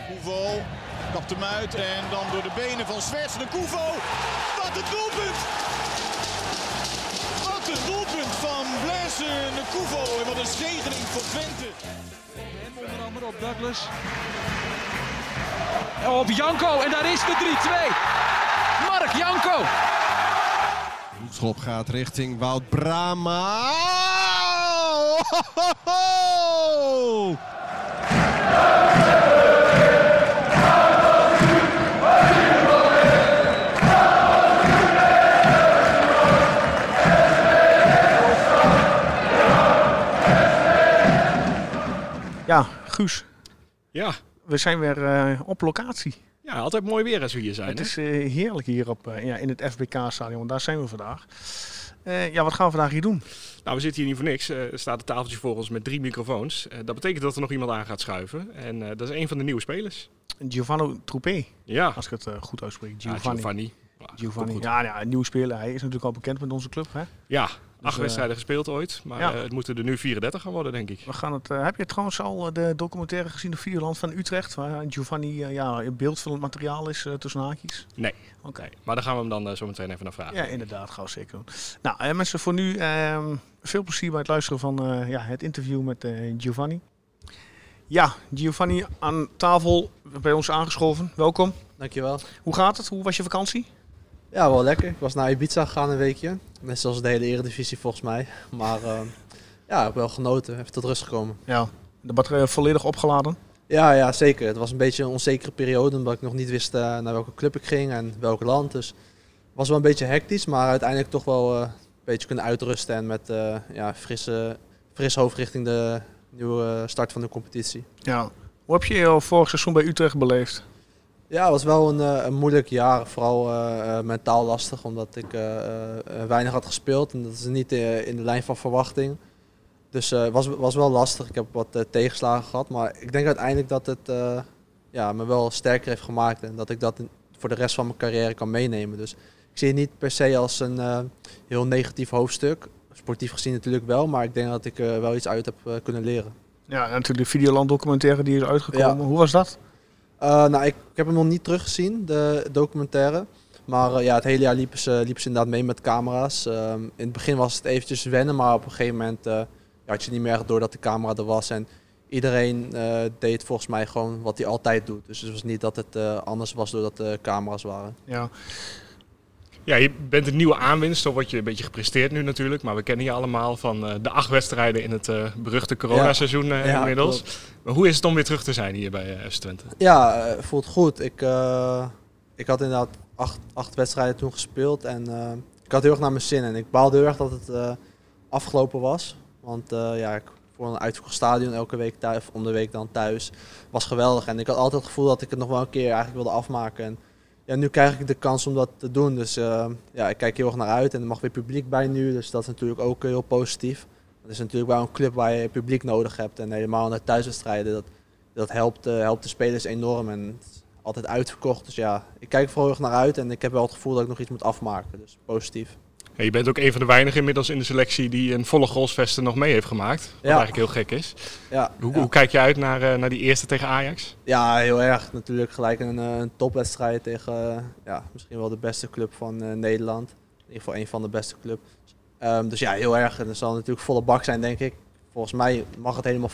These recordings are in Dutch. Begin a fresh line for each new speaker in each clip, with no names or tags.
Koevo kapt hem uit en dan door de benen van Zwerts de Koevo. Wat een doelpunt! Wat een doelpunt van Blaise de Koevo en wat een zegening voor Twente.
En onder andere op Douglas. Op Janko en daar is de 3-2. Mark Janko.
Hoekschop gaat richting Wout Brama.
Ja, Guus.
Ja.
We zijn weer op locatie.
Ja, altijd mooi weer als we hier zijn.
Het
hè?
is heerlijk hier in het FBK-stadion. Daar zijn we vandaag. Wat gaan we vandaag hier doen?
Nou, we zitten hier niet voor niks. Er staat een tafeltje voor ons met 3 microfoons. Dat betekent dat er nog iemand aan gaat schuiven. En dat is een van de nieuwe spelers.
Giovanni Troupé,
Ja.
als ik het goed uitspreek.
Giovanni.
Giovanni. Ja, een nieuwe speler. Hij is natuurlijk al bekend met onze club, hè?
Ja, 8 wedstrijden gespeeld ooit. Maar
ja.
het moeten er nu 34 gaan worden, denk ik.
We gaan het, heb je trouwens al de documentaire gezien op Videoland van Utrecht? Waar Giovanni beeldvullend materiaal is tussen haakjes?
Nee.
Oké.
Maar daar gaan we hem dan zo meteen even naar vragen.
Ja, inderdaad. Gaan we zeker doen. Nou, mensen, voor nu veel plezier bij het luisteren van het interview met Giovanni. Ja, Giovanni aan tafel bij ons aangeschoven. Welkom.
Dankjewel.
Hoe gaat het? Hoe was je vakantie?
Ja, wel lekker. Ik was naar Ibiza gegaan een weekje. Net zoals de hele Eredivisie volgens mij. Maar ik heb wel genoten. Even tot rust gekomen.
Ja, de batterij volledig opgeladen?
Ja, zeker. Het was een beetje een onzekere periode. Omdat ik nog niet wist naar welke club ik ging en welk land. Dus het was wel een beetje hectisch. Maar uiteindelijk toch wel een beetje kunnen uitrusten. En met fris hoofd richting de nieuwe start van de competitie.
Ja. Hoe heb je je vorig seizoen bij Utrecht beleefd?
Ja, het was wel een moeilijk jaar. Vooral mentaal lastig, omdat ik weinig had gespeeld. En dat is niet in de lijn van verwachting. Dus het was wel lastig. Ik heb wat tegenslagen gehad. Maar ik denk uiteindelijk dat het me wel sterker heeft gemaakt. En dat ik dat voor de rest van mijn carrière kan meenemen. Dus ik zie het niet per se als een heel negatief hoofdstuk. Sportief gezien natuurlijk wel. Maar ik denk dat ik wel iets uit heb kunnen leren.
Ja, en natuurlijk de Videoland documentaire die is uitgekomen. Ja. Hoe was dat?
Ik heb hem nog niet teruggezien, de documentaire. Maar het hele jaar liepen ze inderdaad mee met camera's. In het begin was het eventjes wennen, maar op een gegeven moment had je niet meer echt door dat de camera er was. En iedereen deed volgens mij gewoon wat hij altijd doet. Dus het was niet dat het anders was doordat de camera's waren.
Ja.
Ja, je bent een nieuwe aanwinst, zo word je een beetje gepresteerd nu natuurlijk. Maar we kennen je allemaal van de 8 wedstrijden in het beruchte coronaseizoen inmiddels. Maar hoe is het om weer terug te zijn hier bij FC Twente?
Ja, voelt goed. Ik had inderdaad 8 wedstrijden toen gespeeld en ik had heel erg naar mijn zin. En ik baalde heel erg dat het afgelopen was. Want ik voor een uitverkocht stadion elke week thuis, of om de week dan thuis, was geweldig. En ik had altijd het gevoel dat ik het nog wel een keer eigenlijk wilde afmaken. En ja, nu krijg ik de kans om dat te doen. Dus ik kijk heel erg naar uit en er mag weer publiek bij nu. Dus dat is natuurlijk ook heel positief. Het is natuurlijk wel een club waar je publiek nodig hebt. En helemaal naar thuiswedstrijden, dat helpt de spelers enorm. En het is altijd uitverkocht. Dus ja, ik kijk er vooral erg naar uit. En ik heb wel het gevoel dat ik nog iets moet afmaken. Dus positief.
Ja, je bent ook een van de weinigen inmiddels in de selectie die een volle goalsvesten nog mee heeft gemaakt. Wat eigenlijk heel gek is.
Ja,
hoe kijk je uit naar die eerste tegen Ajax?
Ja, heel erg. Natuurlijk gelijk een topwedstrijd tegen misschien wel de beste club van Nederland. In ieder geval een van de beste clubs. Dus ja, heel erg. En er zal natuurlijk volle bak zijn, denk ik. Volgens mij mag het helemaal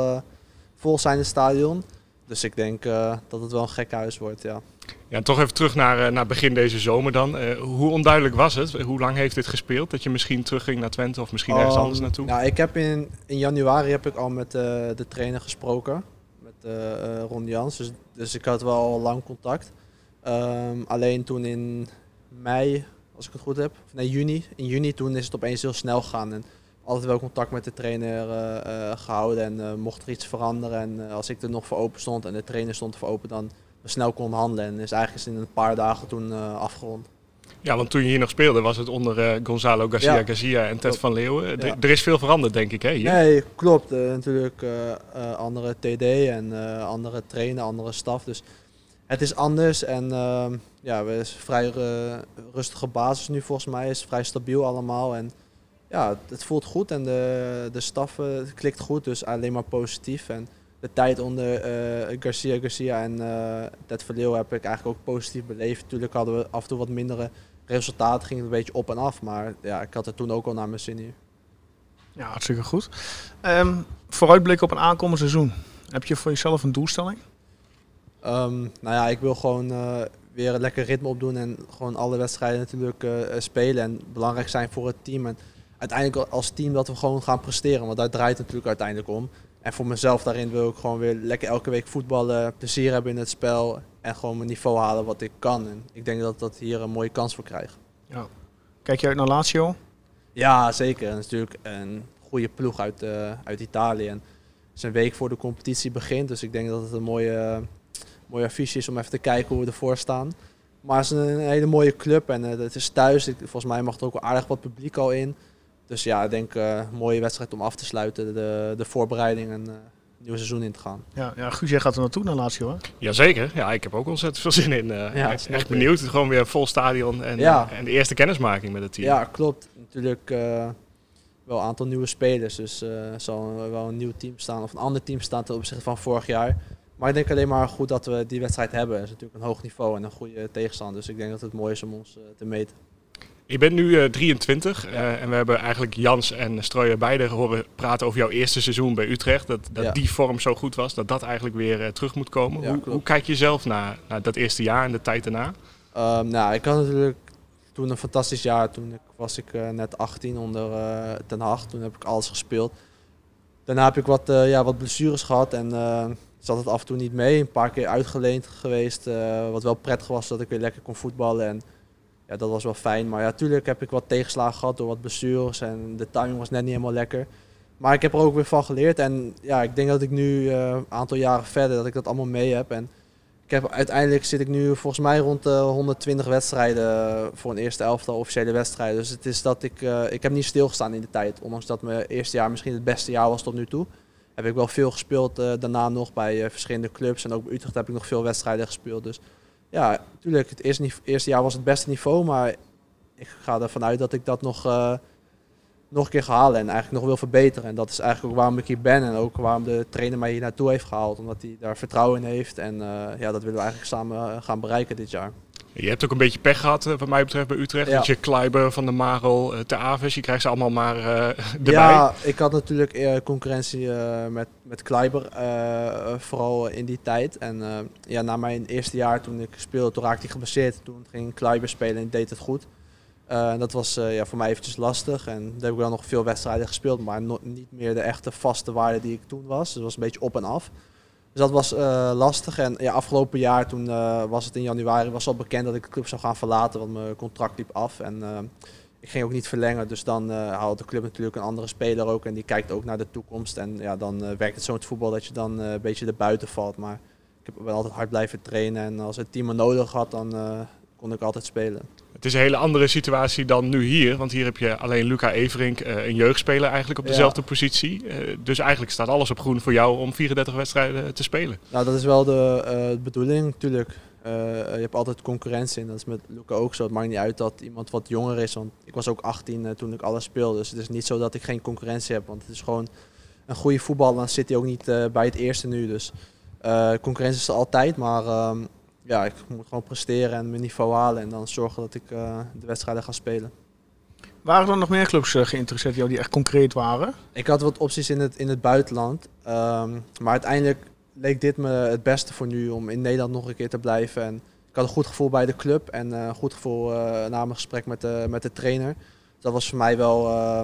vol zijn in het stadion. Dus ik denk dat het wel een gek huis wordt, ja.
Ja, en toch even terug naar begin deze zomer dan. Hoe onduidelijk was het? Hoe lang heeft dit gespeeld? Dat je misschien terugging naar Twente of misschien ergens anders naartoe?
Nou, ik heb in januari heb ik al met de trainer gesproken. Met Ron Jans. Dus ik had wel al lang contact. Alleen toen in mei, als ik het goed heb, of nee, juni. In juni toen is het opeens heel snel gegaan. En altijd wel contact met de trainer gehouden. En mocht er iets veranderen. En als ik er nog voor open stond en de trainer stond er voor open, dan we snel kon handelen. En is eigenlijk in een paar dagen toen afgerond.
Ja, want toen je hier nog speelde was het onder Gonzalo Garcia en Ted van Leeuwen.
Ja.
Er is veel veranderd, denk ik, hè? Hier?
Nee, klopt. Natuurlijk andere TD en andere trainer, andere staf. Dus het is anders. En we is vrij rustige basis nu volgens mij. Het is vrij stabiel allemaal. En ja, het voelt goed en de staf klikt goed. Dus alleen maar positief. En de tijd onder Garcia en Ted Verleeuw heb ik eigenlijk ook positief beleefd. Natuurlijk hadden we af en toe wat mindere resultaten, ging het een beetje op en af. Maar ja, ik had het toen ook al naar mijn zin hier.
Ja, hartstikke goed. Vooruitblik op een aankomend seizoen. Heb je voor jezelf een doelstelling?
Nou ja, ik wil gewoon weer een lekker ritme opdoen en gewoon alle wedstrijden natuurlijk spelen en belangrijk zijn voor het team. En uiteindelijk als team dat we gewoon gaan presteren, want daar draait het natuurlijk uiteindelijk om. En voor mezelf daarin wil ik gewoon weer lekker elke week voetballen, plezier hebben in het spel en gewoon mijn niveau halen wat ik kan. En ik denk dat ik hier een mooie kans voor krijg.
Ja. Kijk je uit naar Lazio?
Ja, zeker. Dat is natuurlijk een goede ploeg uit Italië. En het is een week voor de competitie begint, dus ik denk dat het een mooie affiche is om even te kijken hoe we ervoor staan. Maar het is een hele mooie club en het is thuis. Volgens mij mag er ook wel aardig wat publiek al in. Dus ja, ik denk een mooie wedstrijd om af te sluiten, de voorbereiding en het nieuwe seizoen in te gaan.
Ja, Guus, jij gaat er naartoe naar Lazio, hè?
Jazeker, ja, ik heb ook ontzettend veel zin in. Echt benieuwd, het is gewoon weer een vol stadion en de eerste kennismaking met het team.
Ja, klopt. Natuurlijk wel een aantal nieuwe spelers, dus er zal wel een nieuw team staan of een ander team staan ten opzichte van vorig jaar. Maar ik denk alleen maar goed dat we die wedstrijd hebben. Het is natuurlijk een hoog niveau en een goede tegenstander. Dus ik denk dat het mooi is om ons te meten.
Je bent nu 23 en we hebben eigenlijk Jans en Strooijer beide horen praten over jouw eerste seizoen bij Utrecht. Dat die vorm zo goed was, dat eigenlijk weer terug moet komen.
Ja,
hoe kijk je zelf naar dat eerste jaar en de tijd daarna?
Nou, ik had natuurlijk toen een fantastisch jaar. Toen was ik net 18 onder Ten Hag. Toen heb ik alles gespeeld. Daarna heb ik wat blessures gehad en zat het af en toe niet mee. Een paar keer uitgeleend geweest. Wat wel prettig was dat ik weer lekker kon voetballen. En ja, dat was wel fijn. Maar ja, natuurlijk heb ik wat tegenslagen gehad door wat blessures. En de timing was net niet helemaal lekker. Maar ik heb er ook weer van geleerd. En ja, ik denk dat ik nu een aantal jaren verder dat ik dat allemaal mee heb. En uiteindelijk zit ik nu volgens mij rond de 120 wedstrijden voor een eerste elftal officiële wedstrijden. Dus het is dat ik heb niet stilgestaan in de tijd. Ondanks dat mijn eerste jaar misschien het beste jaar was tot nu toe. Heb ik wel veel gespeeld daarna nog bij verschillende clubs. En ook bij Utrecht heb ik nog veel wedstrijden gespeeld. Dus ja, natuurlijk, het eerste jaar was het beste niveau. Maar ik ga ervan uit dat ik dat nog een keer ga halen. En eigenlijk nog wil verbeteren. En dat is eigenlijk ook waarom ik hier ben. En ook waarom de trainer mij hier naartoe heeft gehaald. Omdat hij daar vertrouwen in heeft. En dat willen we eigenlijk samen gaan bereiken dit jaar.
Je hebt ook een beetje pech gehad wat mij betreft bij Utrecht.
Ja.
Dat je Kleiber, Van der Marel, Ter Aves, je krijgt ze allemaal maar erbij.
Ja, ik had natuurlijk concurrentie met Kleiber, vooral in die tijd. En na mijn eerste jaar toen ik speelde, toen raakte hij geblesseerd. Toen ging Kleiber spelen en deed het goed. Dat was voor mij eventjes lastig. En daar heb ik wel nog veel wedstrijden gespeeld, maar niet meer de echte vaste waarde die ik toen was. Dus het was een beetje op en af. Dus dat was lastig. En ja, afgelopen jaar, toen was het in januari, was al bekend dat ik de club zou gaan verlaten, want mijn contract liep af. En ik ging ook niet verlengen, dus dan houdt de club natuurlijk een andere speler ook. En die kijkt ook naar de toekomst. En ja, dan werkt het zo in het voetbal dat je dan een beetje erbuiten valt. Maar ik heb wel altijd hard blijven trainen. En als het team me nodig had, dan kon ik altijd spelen.
Het is een hele andere situatie dan nu hier. Want hier heb je alleen Luca Everink, een jeugdspeler eigenlijk op dezelfde positie. Dus eigenlijk staat alles op groen voor jou om 34 wedstrijden te spelen.
Nou, dat is wel de bedoeling natuurlijk. Je hebt altijd concurrentie en dat is met Luca ook zo. Het maakt niet uit dat iemand wat jonger is. Want ik was ook 18 toen ik alles speelde. Dus het is niet zo dat ik geen concurrentie heb. Want het is gewoon een goede voetballer. Dan zit hij ook niet bij het eerste nu. Dus concurrentie is er altijd. Maar ik moet gewoon presteren en mijn niveau halen. En dan zorgen dat ik de wedstrijden ga spelen.
Waren er nog meer clubs geïnteresseerd die echt concreet waren?
Ik had wat opties in het buitenland. Maar uiteindelijk leek dit me het beste voor nu om in Nederland nog een keer te blijven. En ik had een goed gevoel bij de club en een goed gevoel na mijn gesprek met de trainer. Dat was voor mij wel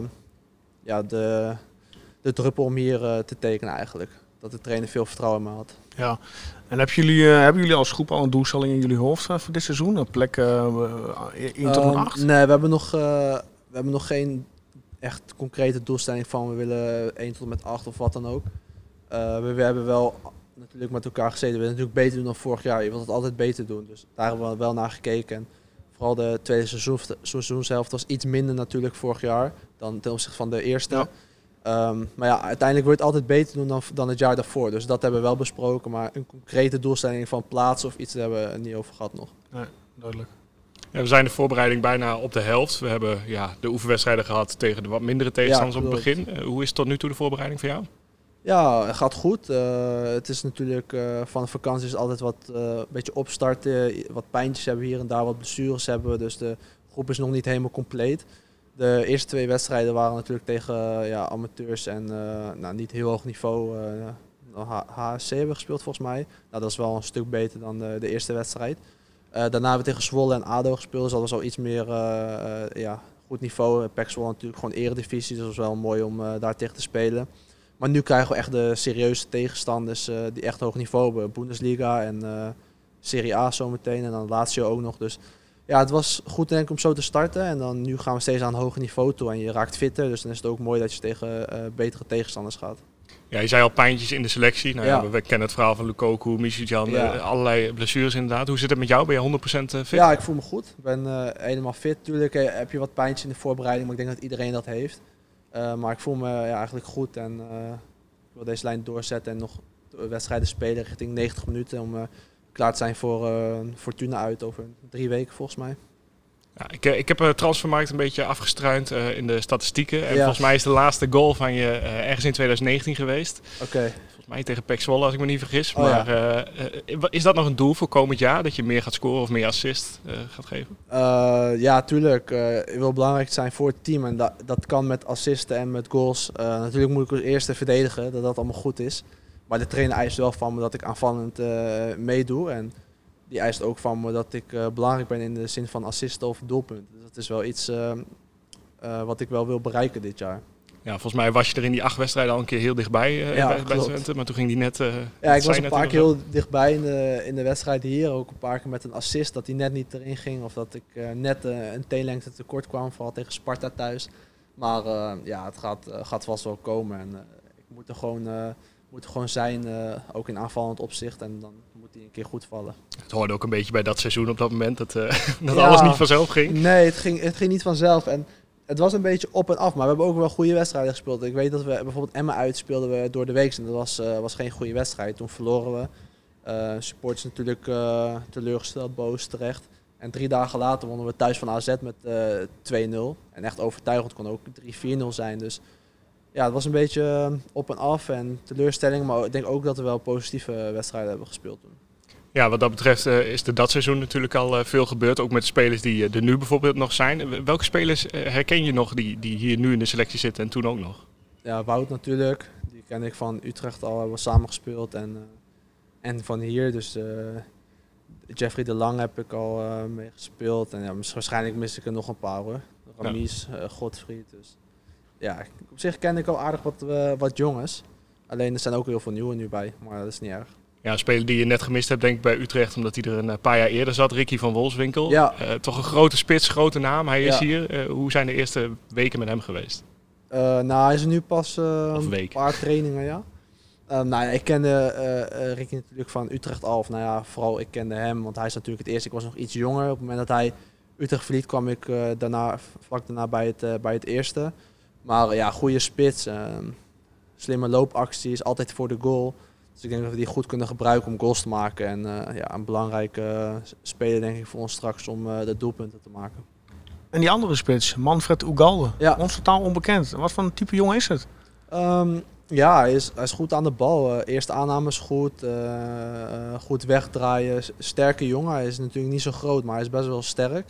de druppel om hier te tekenen eigenlijk. Dat de trainer veel vertrouwen in me had.
Ja. En hebben jullie als groep al een doelstelling in jullie hoofd voor dit seizoen? Een plek 1 tot 8?
Nee, we hebben nog geen echt concrete doelstelling van we willen 1 tot en met 8 of wat dan ook. We hebben wel natuurlijk met elkaar gezeten. We willen natuurlijk beter doen dan vorig jaar. Je wilt het altijd beter doen. Dus daar hebben we wel naar gekeken. En vooral de tweede seizoenshelft was iets minder natuurlijk vorig jaar dan ten opzichte van de eerste. Ja. Maar ja, uiteindelijk wil je het altijd beter doen dan het jaar daarvoor. Dus dat hebben we wel besproken. Maar een concrete doelstelling van plaatsen of iets, daar hebben we het niet over gehad nog.
Nee, duidelijk.
Ja, we zijn de voorbereiding bijna op de helft. We hebben de oefenwedstrijden gehad tegen de wat mindere tegenstanders op het begin. Hoe is tot nu toe de voorbereiding voor jou?
Ja, het gaat goed. Het is natuurlijk van de vakantie is altijd wat een beetje opstarten. Wat pijntjes hebben we hier en daar, wat blessures hebben we. Dus de groep is nog niet helemaal compleet. De eerste 2 wedstrijden waren natuurlijk tegen amateurs en niet heel hoog niveau. HSC hebben we gespeeld volgens mij. Nou, dat is wel een stuk beter dan de eerste wedstrijd. Daarna hebben we tegen Zwolle en ADO gespeeld. Dus dat was al iets meer goed niveau. PEC Zwolle natuurlijk gewoon eredivisie. Dus dat was wel mooi om daar tegen te spelen. Maar nu krijgen we echt de serieuze tegenstanders die echt hoog niveau hebben. Bundesliga en Serie A zometeen en dan Lazio ook nog. Dus ja, het was goed denk ik om zo te starten. En dan nu gaan we steeds aan een hoger niveau toe en je raakt fitter. Dus dan is het ook mooi dat je tegen betere tegenstanders gaat.
Ja, je zei al pijntjes in de selectie. Nou, we kennen het verhaal van Lukaku, Micheljan, allerlei blessures inderdaad. Hoe zit het met jou? Ben je 100% fit?
Ja, ik voel me goed. Ik ben helemaal fit. Tuurlijk heb je wat pijntjes in de voorbereiding, maar ik denk dat iedereen dat heeft. Maar ik voel me eigenlijk goed en ik wil deze lijn doorzetten en nog wedstrijden spelen richting 90 minuten om klaar te zijn voor Fortuna uit over 3 weken volgens mij.
Ja, ik heb Transfermarkt een beetje afgestruind in de statistieken. En volgens mij is de laatste goal van je ergens in 2019 geweest.
Oké.
Volgens mij tegen PEC Zwolle als ik me niet vergis. Is dat nog een doel voor komend jaar? Dat je meer gaat scoren of meer assist gaat geven?
Ja, tuurlijk. Het wil belangrijk zijn voor het team. En dat kan met assisten en met goals. Natuurlijk moet ik als eerste verdedigen, dat dat allemaal goed is. Maar de trainer eist wel van me dat ik aanvallend meedoe. En die eist ook van me dat ik belangrijk ben in de zin van assisten of doelpunten. Dus dat is wel iets wat ik wel wil bereiken dit jaar.
Ja, volgens mij was je er in die 8 wedstrijden al een keer heel dichtbij bij Twente. Maar toen ging die net...
ik was een paar keer heel dichtbij in de wedstrijd hier. Ook een paar keer met een assist dat die net niet erin ging. Of dat ik net een teenlengte tekort kwam, vooral tegen Sparta thuis. Maar het gaat vast wel komen. En ik moet er gewoon zijn, ook in aanvallend opzicht. En dan moet die een keer goed vallen.
Het hoorde ook een beetje bij dat seizoen op dat moment. Dat alles niet vanzelf ging.
Nee, het ging niet vanzelf. En het was een beetje op en af. Maar we hebben ook wel goede wedstrijden gespeeld. Ik weet dat we bijvoorbeeld Emmen uit speelden we door de week. En dat was geen goede wedstrijd. Toen verloren we. Supporters natuurlijk teleurgesteld, boos, terecht. En 3 dagen later wonnen we thuis van AZ met 2-0. En echt overtuigend, kon ook 3-4-0 zijn. Dus ja, het was een beetje op en af en teleurstelling. Maar ik denk ook dat we wel positieve wedstrijden hebben gespeeld toen.
Ja, wat dat betreft is er dat seizoen natuurlijk al veel gebeurd. Ook met de spelers die er nu bijvoorbeeld nog zijn. Welke spelers herken je nog die hier nu in de selectie zitten en toen ook nog?
Ja, Wout natuurlijk. Die ken ik van Utrecht al, hebben we samen gespeeld. En van hier, dus Jeffrey de Lang heb ik al mee gespeeld. En ja, waarschijnlijk mis ik er nog een paar hoor. Ramies, Godfried. Dus ja, op zich ken ik al aardig wat jongens. Alleen er zijn ook heel veel nieuwe nu bij, maar dat is niet erg.
Ja, een speler die je net gemist hebt, denk ik, bij Utrecht, omdat hij er een paar jaar eerder zat. Ricky van Wolfswinkel.
Ja.
Toch een grote spits, grote naam. Hij is hier. Hoe zijn de eerste weken met hem geweest?
Hij is er nu pas een paar trainingen, ja. Ik kende Ricky natuurlijk van Utrecht al. Vooral ik kende hem, want hij is natuurlijk het eerste. Ik was nog iets jonger. Op het moment dat hij Utrecht verliet, kwam ik vlak daarna bij het eerste. Maar ja, goede spits. Slimme loopactie, is altijd voor de goal. Dus ik denk dat we die goed kunnen gebruiken om goals te maken. En een belangrijke speler denk ik voor ons straks om de doelpunten te maken.
En die andere spits, Manfred Ugalde, ons totaal onbekend. Wat voor een type jongen is het?
Hij is goed aan de bal. Eerste aanname is goed. Goed wegdraaien. Sterke jongen. Hij is natuurlijk niet zo groot, maar hij is best wel sterk.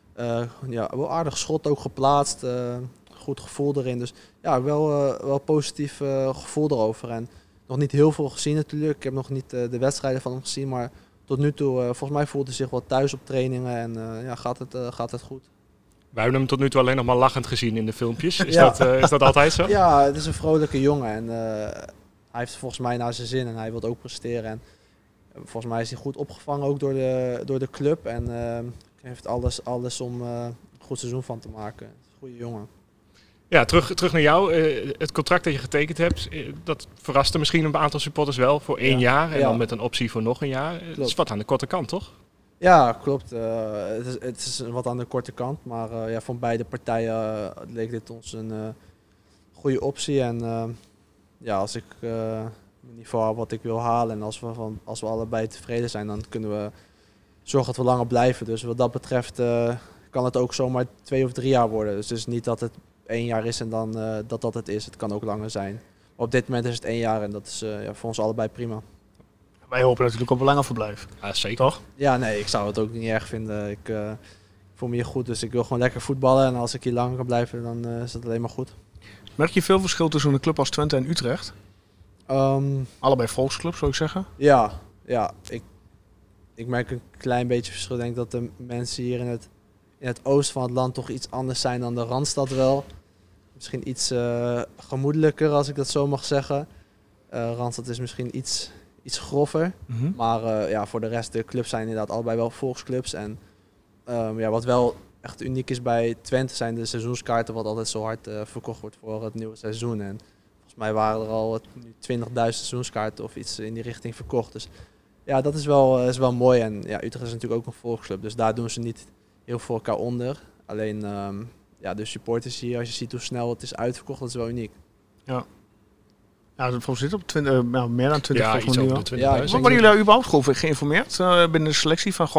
Wel aardig schot ook geplaatst. Goed gevoel erin. Dus ja, wel positief gevoel erover. En nog niet heel veel gezien natuurlijk. Ik heb nog niet de wedstrijden van hem gezien. Maar tot nu toe, volgens mij voelt hij zich wel thuis op trainingen. En gaat het goed.
Wij hebben hem tot nu toe alleen nog maar lachend gezien in de filmpjes. Is dat altijd zo?
Ja, het is een vrolijke jongen. En hij heeft volgens mij naar zijn zin. En hij wil ook presteren. En volgens mij is hij goed opgevangen ook door de club. En heeft alles om een goed seizoen van te maken. Goede jongen.
Ja, terug naar jou. Het contract dat je getekend hebt, dat verraste misschien een aantal supporters wel voor 1 jaar. En dan met een optie voor nog 1 jaar. Het is wat aan de korte kant, toch? Ja,
klopt. Het is wat aan de korte kant. Maar van beide partijen leek dit ons een goede optie. En als ik het niveau heb wat ik wil halen en als we allebei tevreden zijn, dan kunnen we zorgen dat we langer blijven. Dus wat dat betreft kan het ook zomaar 2 of 3 jaar worden. Dus het is niet dat het 1 jaar is en dan dat het is. Het kan ook langer zijn. Maar op dit moment is het 1 jaar en dat is voor ons allebei prima.
Wij hopen natuurlijk op een langer verblijf.
Ja, zeker.
Toch?
Ja, nee, ik zou het ook niet erg vinden. Ik voel me hier goed, dus ik wil gewoon lekker voetballen. En als ik hier langer kan blijven, dan is dat alleen maar goed.
Merk je veel verschil tussen een club als Twente en Utrecht? Allebei volksclubs, zou ik zeggen.
Ja. Ik merk een klein beetje verschil. Ik denk dat de mensen hier in het oosten van het land toch iets anders zijn dan de Randstad wel. Misschien iets gemoedelijker, als ik dat zo mag zeggen. Randstad is misschien iets grover.
Mm-hmm.
Maar voor de rest, de clubs zijn inderdaad allebei wel volksclubs. En wat wel echt uniek is bij Twente zijn de seizoenskaarten, wat altijd zo hard verkocht wordt voor het nieuwe seizoen. En volgens mij waren er al 20.000 seizoenskaarten of iets in die richting verkocht. Dus ja, dat is wel mooi. En ja, Utrecht is natuurlijk ook een volksclub, dus daar doen ze niet heel veel elkaar onder. Alleen de supporters hier, als je ziet hoe snel het is uitverkocht, dat is wel uniek.
Ja. Ja, volgens zit op meer dan 20
Ja, iets over de 20.000.
Ja,
Worden jullie daar überhaupt over geïnformeerd binnen de selectie van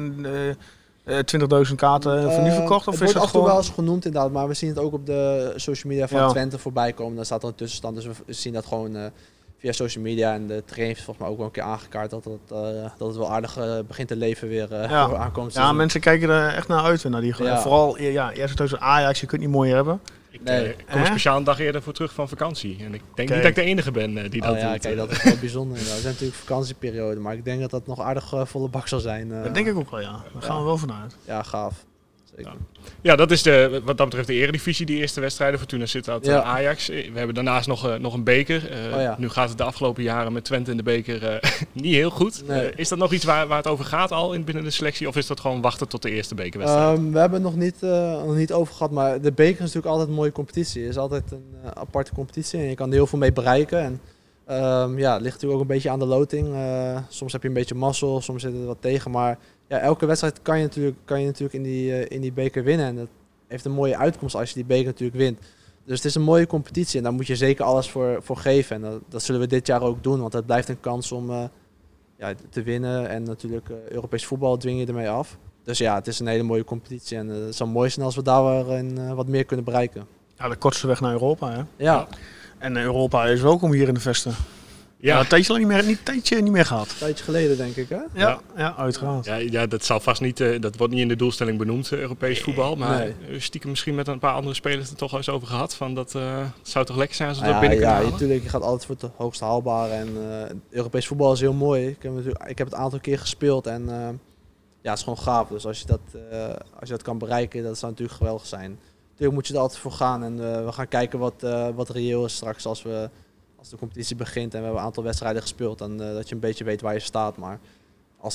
20.000 kaarten van nu verkocht? Of
het
is
wordt
dat
af en toe
gewoon...
wel eens genoemd inderdaad, maar we zien het ook op de social media van
Ja.
Twente voorbij komen. Daar staat er een tussenstand, dus we zien dat gewoon via social media. En de trainer heeft volgens mij ook wel een keer aangekaart dat het wel aardig begint te leven weer voor aankomend
Ja,
seizoen.
mensen kijken er echt naar uit. Naar die,
Ja.
Vooral, eerst thuis Ajax, je kunt niet mooier hebben.
Ik kom speciaal een dag eerder voor terug van vakantie. En ik denk niet dat ik de enige ben die dat doet.
Kijk, dat is wel bijzonder. We zijn natuurlijk vakantieperiode, maar ik denk dat dat nog aardig volle bak zal zijn.
Dat denk ik ook wel, ja. Daar gaan we wel vanuit.
Ja, gaaf. Zeker.
Ja, dat is wat dat betreft de eredivisie, die eerste wedstrijden. Fortuna Sittard Ajax. We hebben daarnaast nog een beker. Nu gaat het de afgelopen jaren met Twente in de beker niet heel goed.
Nee.
Is dat nog iets waar het over gaat al binnen de selectie? Of is dat gewoon wachten tot de eerste bekerwedstrijd?
We hebben het nog niet over gehad, maar de beker is natuurlijk altijd een mooie competitie. Het is altijd een aparte competitie en je kan er heel veel mee bereiken. En het ligt natuurlijk ook een beetje aan de loting. Soms heb je een beetje mazzel, soms zit er wat tegen. Maar ja, elke wedstrijd kan je natuurlijk in die beker winnen. En dat heeft een mooie uitkomst als je die beker natuurlijk wint. Dus het is een mooie competitie en daar moet je zeker alles voor geven. En dat zullen we dit jaar ook doen, want het blijft een kans om te winnen. En natuurlijk Europees voetbal dwing je ermee af. Dus ja, het is een hele mooie competitie. En het zou mooi zijn als we daar wat meer kunnen bereiken.
Ja, de kortste weg naar Europa, hè?
Ja.
En Europa is welkom hier in de Vesten. Ja, een tijdje niet meer gehad.
Een tijdje geleden, denk ik, hè?
Ja, uiteraard.
Ja, dat zal vast niet, dat wordt niet in de doelstelling benoemd, Europees voetbal. Maar stiekem misschien met een paar andere spelers er toch eens over gehad. Van dat zou toch lekker zijn als we dat binnen kunnen halen?
Ja, natuurlijk. Je gaat altijd voor het hoogst haalbare. En Europees voetbal is heel mooi. Ik heb het een aantal keer gespeeld en het is gewoon gaaf. Dus als je dat kan bereiken, dat zou natuurlijk geweldig zijn. Natuurlijk moet je er altijd voor gaan. En we gaan kijken wat reëel is straks als de competitie begint en we hebben een aantal wedstrijden gespeeld, dan dat je een beetje weet waar je staat. Maar als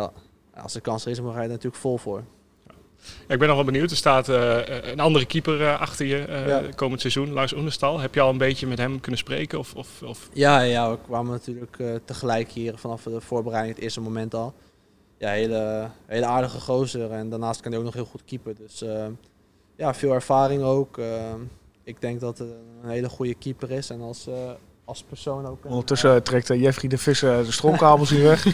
de kans er is, dan ga je er natuurlijk vol voor.
Ja, ik ben nog wel benieuwd. Er staat een andere keeper achter je komend seizoen, Lars Oenerstal. Heb je al een beetje met hem kunnen spreken? Of?
Ja, we kwamen natuurlijk tegelijk hier vanaf de voorbereiding, het eerste moment al. Ja, hele aardige gozer en daarnaast kan hij ook nog heel goed keeper. Dus veel ervaring ook. Ik denk dat het een hele goede keeper is en als persoon ook.
Ondertussen trekt Jeffrey de Visser de stroomkabels hier weg.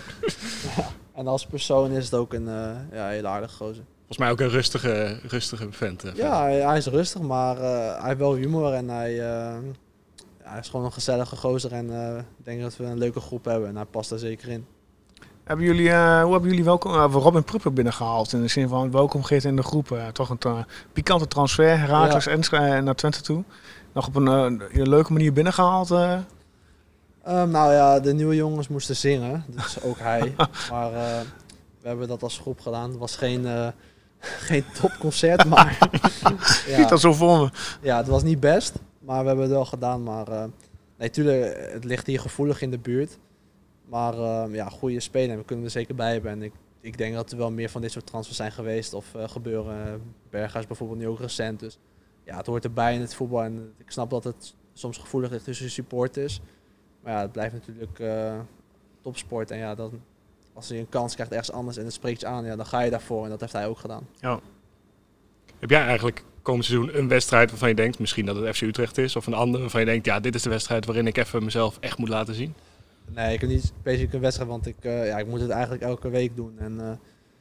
En als persoon is het ook een hele aardige gozer.
Volgens mij ook een rustige vent.
Ja, hij is rustig, maar hij heeft wel humor en hij is gewoon een gezellige gozer. En ik denk dat we een leuke groep hebben en hij past daar zeker in.
Hoe hebben jullie Robin Pruppen binnengehaald? In de zin van welkom geeft in de groep. Toch een pikante transfer, Heracles en naar Twente toe. Nog op een leuke manier binnengehaald?
De nieuwe jongens moesten zingen, dus ook hij. Maar we hebben dat als groep gedaan. Het was geen topconcert, maar...
Niet dat zo voor me.
Ja, het was niet best, maar we hebben het wel gedaan. Maar natuurlijk, het ligt hier gevoelig in de buurt. Maar goede spelen, we kunnen er zeker bij hebben. En ik denk dat er wel meer van dit soort transfers zijn geweest of gebeuren. Berghuis bijvoorbeeld nu ook recent. Dus ja, het hoort erbij in het voetbal. En ik snap dat het soms gevoelig ligt tussen supporters. Maar ja, het blijft natuurlijk topsport. En ja, als je een kans krijgt ergens anders en het spreekt je aan, dan ga je daarvoor. En dat heeft hij ook gedaan.
Ja. Heb jij eigenlijk komend seizoen een wedstrijd waarvan je denkt, misschien dat het FC Utrecht is, of een andere waarvan je denkt, ja, dit is de wedstrijd waarin ik even mezelf echt moet laten zien?
Nee, ik heb niet specifiek een wedstrijd, want ik moet het eigenlijk elke week doen. En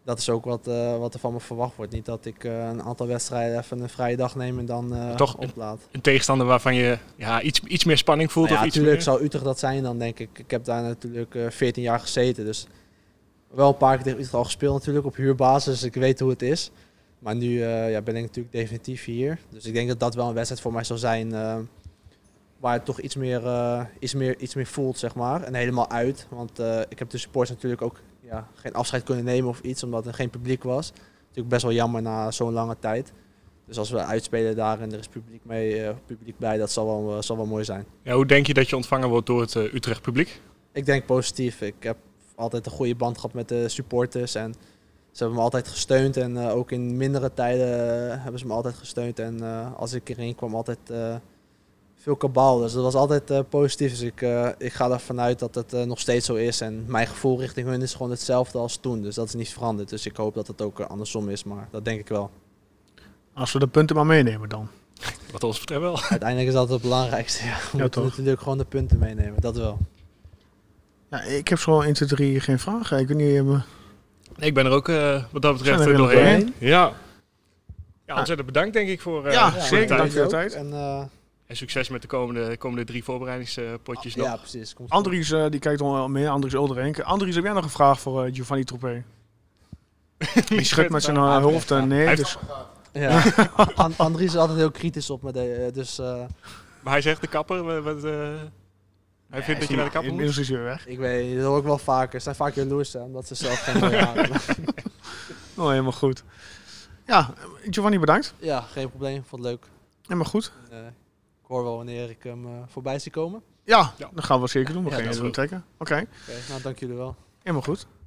dat is ook wat er van me verwacht wordt. Niet dat ik een aantal wedstrijden even een vrije dag neem en dan
toch
oplaad.
Een tegenstander waarvan je iets meer spanning voelt?
Nou ja,
of iets
natuurlijk
meer?
zal Utrecht dat zijn dan, denk ik. Ik heb daar natuurlijk 14 jaar gezeten. Dus wel een paar keer tegen Utrecht al gespeeld natuurlijk op huurbasis. Dus ik weet hoe het is. Maar nu ben ik natuurlijk definitief hier. Dus ik denk dat dat wel een wedstrijd voor mij zal zijn waar het toch iets meer voelt, zeg maar. En helemaal uit. Want ik heb de supporters natuurlijk ook geen afscheid kunnen nemen of iets, omdat er geen publiek was. Natuurlijk best wel jammer na zo'n lange tijd. Dus als we uitspelen daar en er is publiek bij, dat zal wel mooi zijn.
Ja, hoe denk je dat je ontvangen wordt door het Utrecht publiek?
Ik denk positief. Ik heb altijd een goede band gehad met de supporters en ze hebben me altijd gesteund. En ook in mindere tijden hebben ze me altijd gesteund. En als ik erin kwam, altijd veel kabaal. Dus dat was altijd positief. Dus ik ga ervan uit dat het nog steeds zo is. En mijn gevoel richting hun is gewoon hetzelfde als toen. Dus dat is niet veranderd. Dus ik hoop dat het ook andersom is. Maar dat denk ik wel.
Als we de punten maar meenemen dan.
Wat ons betreft wel.
Uiteindelijk is dat het belangrijkste. Ja. We moeten
toch?
natuurlijk gewoon de punten meenemen. Dat wel.
Ja, ik heb zo 1, 2, 3 geen vragen. Ik weet niet...
Nee, ik ben er ook wat dat betreft
Zijn er
doorheen.
doorheen?
Ja. Ja, ontzettend bedankt denk ik voor
zeker.
de
Dank
tijd.
voor de tijd.
En,
En succes met de komende 3 voorbereidingspotjes nog.
ja, precies. Komt
Andries die kijkt al meer. Andries Olderenke. Andries, heb jij nog een vraag voor Giovanni Troepé? Die schudt met zijn hoofd. Nee, dus...
Ja. Andries is altijd heel kritisch op me. Dus
Maar hij zegt de kapper, hij vindt dat je naar de kapper moet?
Inmiddels is hij weer weg.
ik weet, dat hoor ik wel vaker. Ze zijn vaak jaloers, hè, omdat ze zelf geen mooie haren hebben.
Oh, helemaal goed. Ja, Giovanni bedankt.
Ja, geen probleem. Vond het leuk.
Helemaal goed.
Ik hoor wel wanneer ik hem voorbij zie komen.
Ja, dat gaan we zeker doen. We
Ja,
gaan
dat
je
is
doen trekken. Oké,
Oké, nou dank jullie wel.
helemaal goed.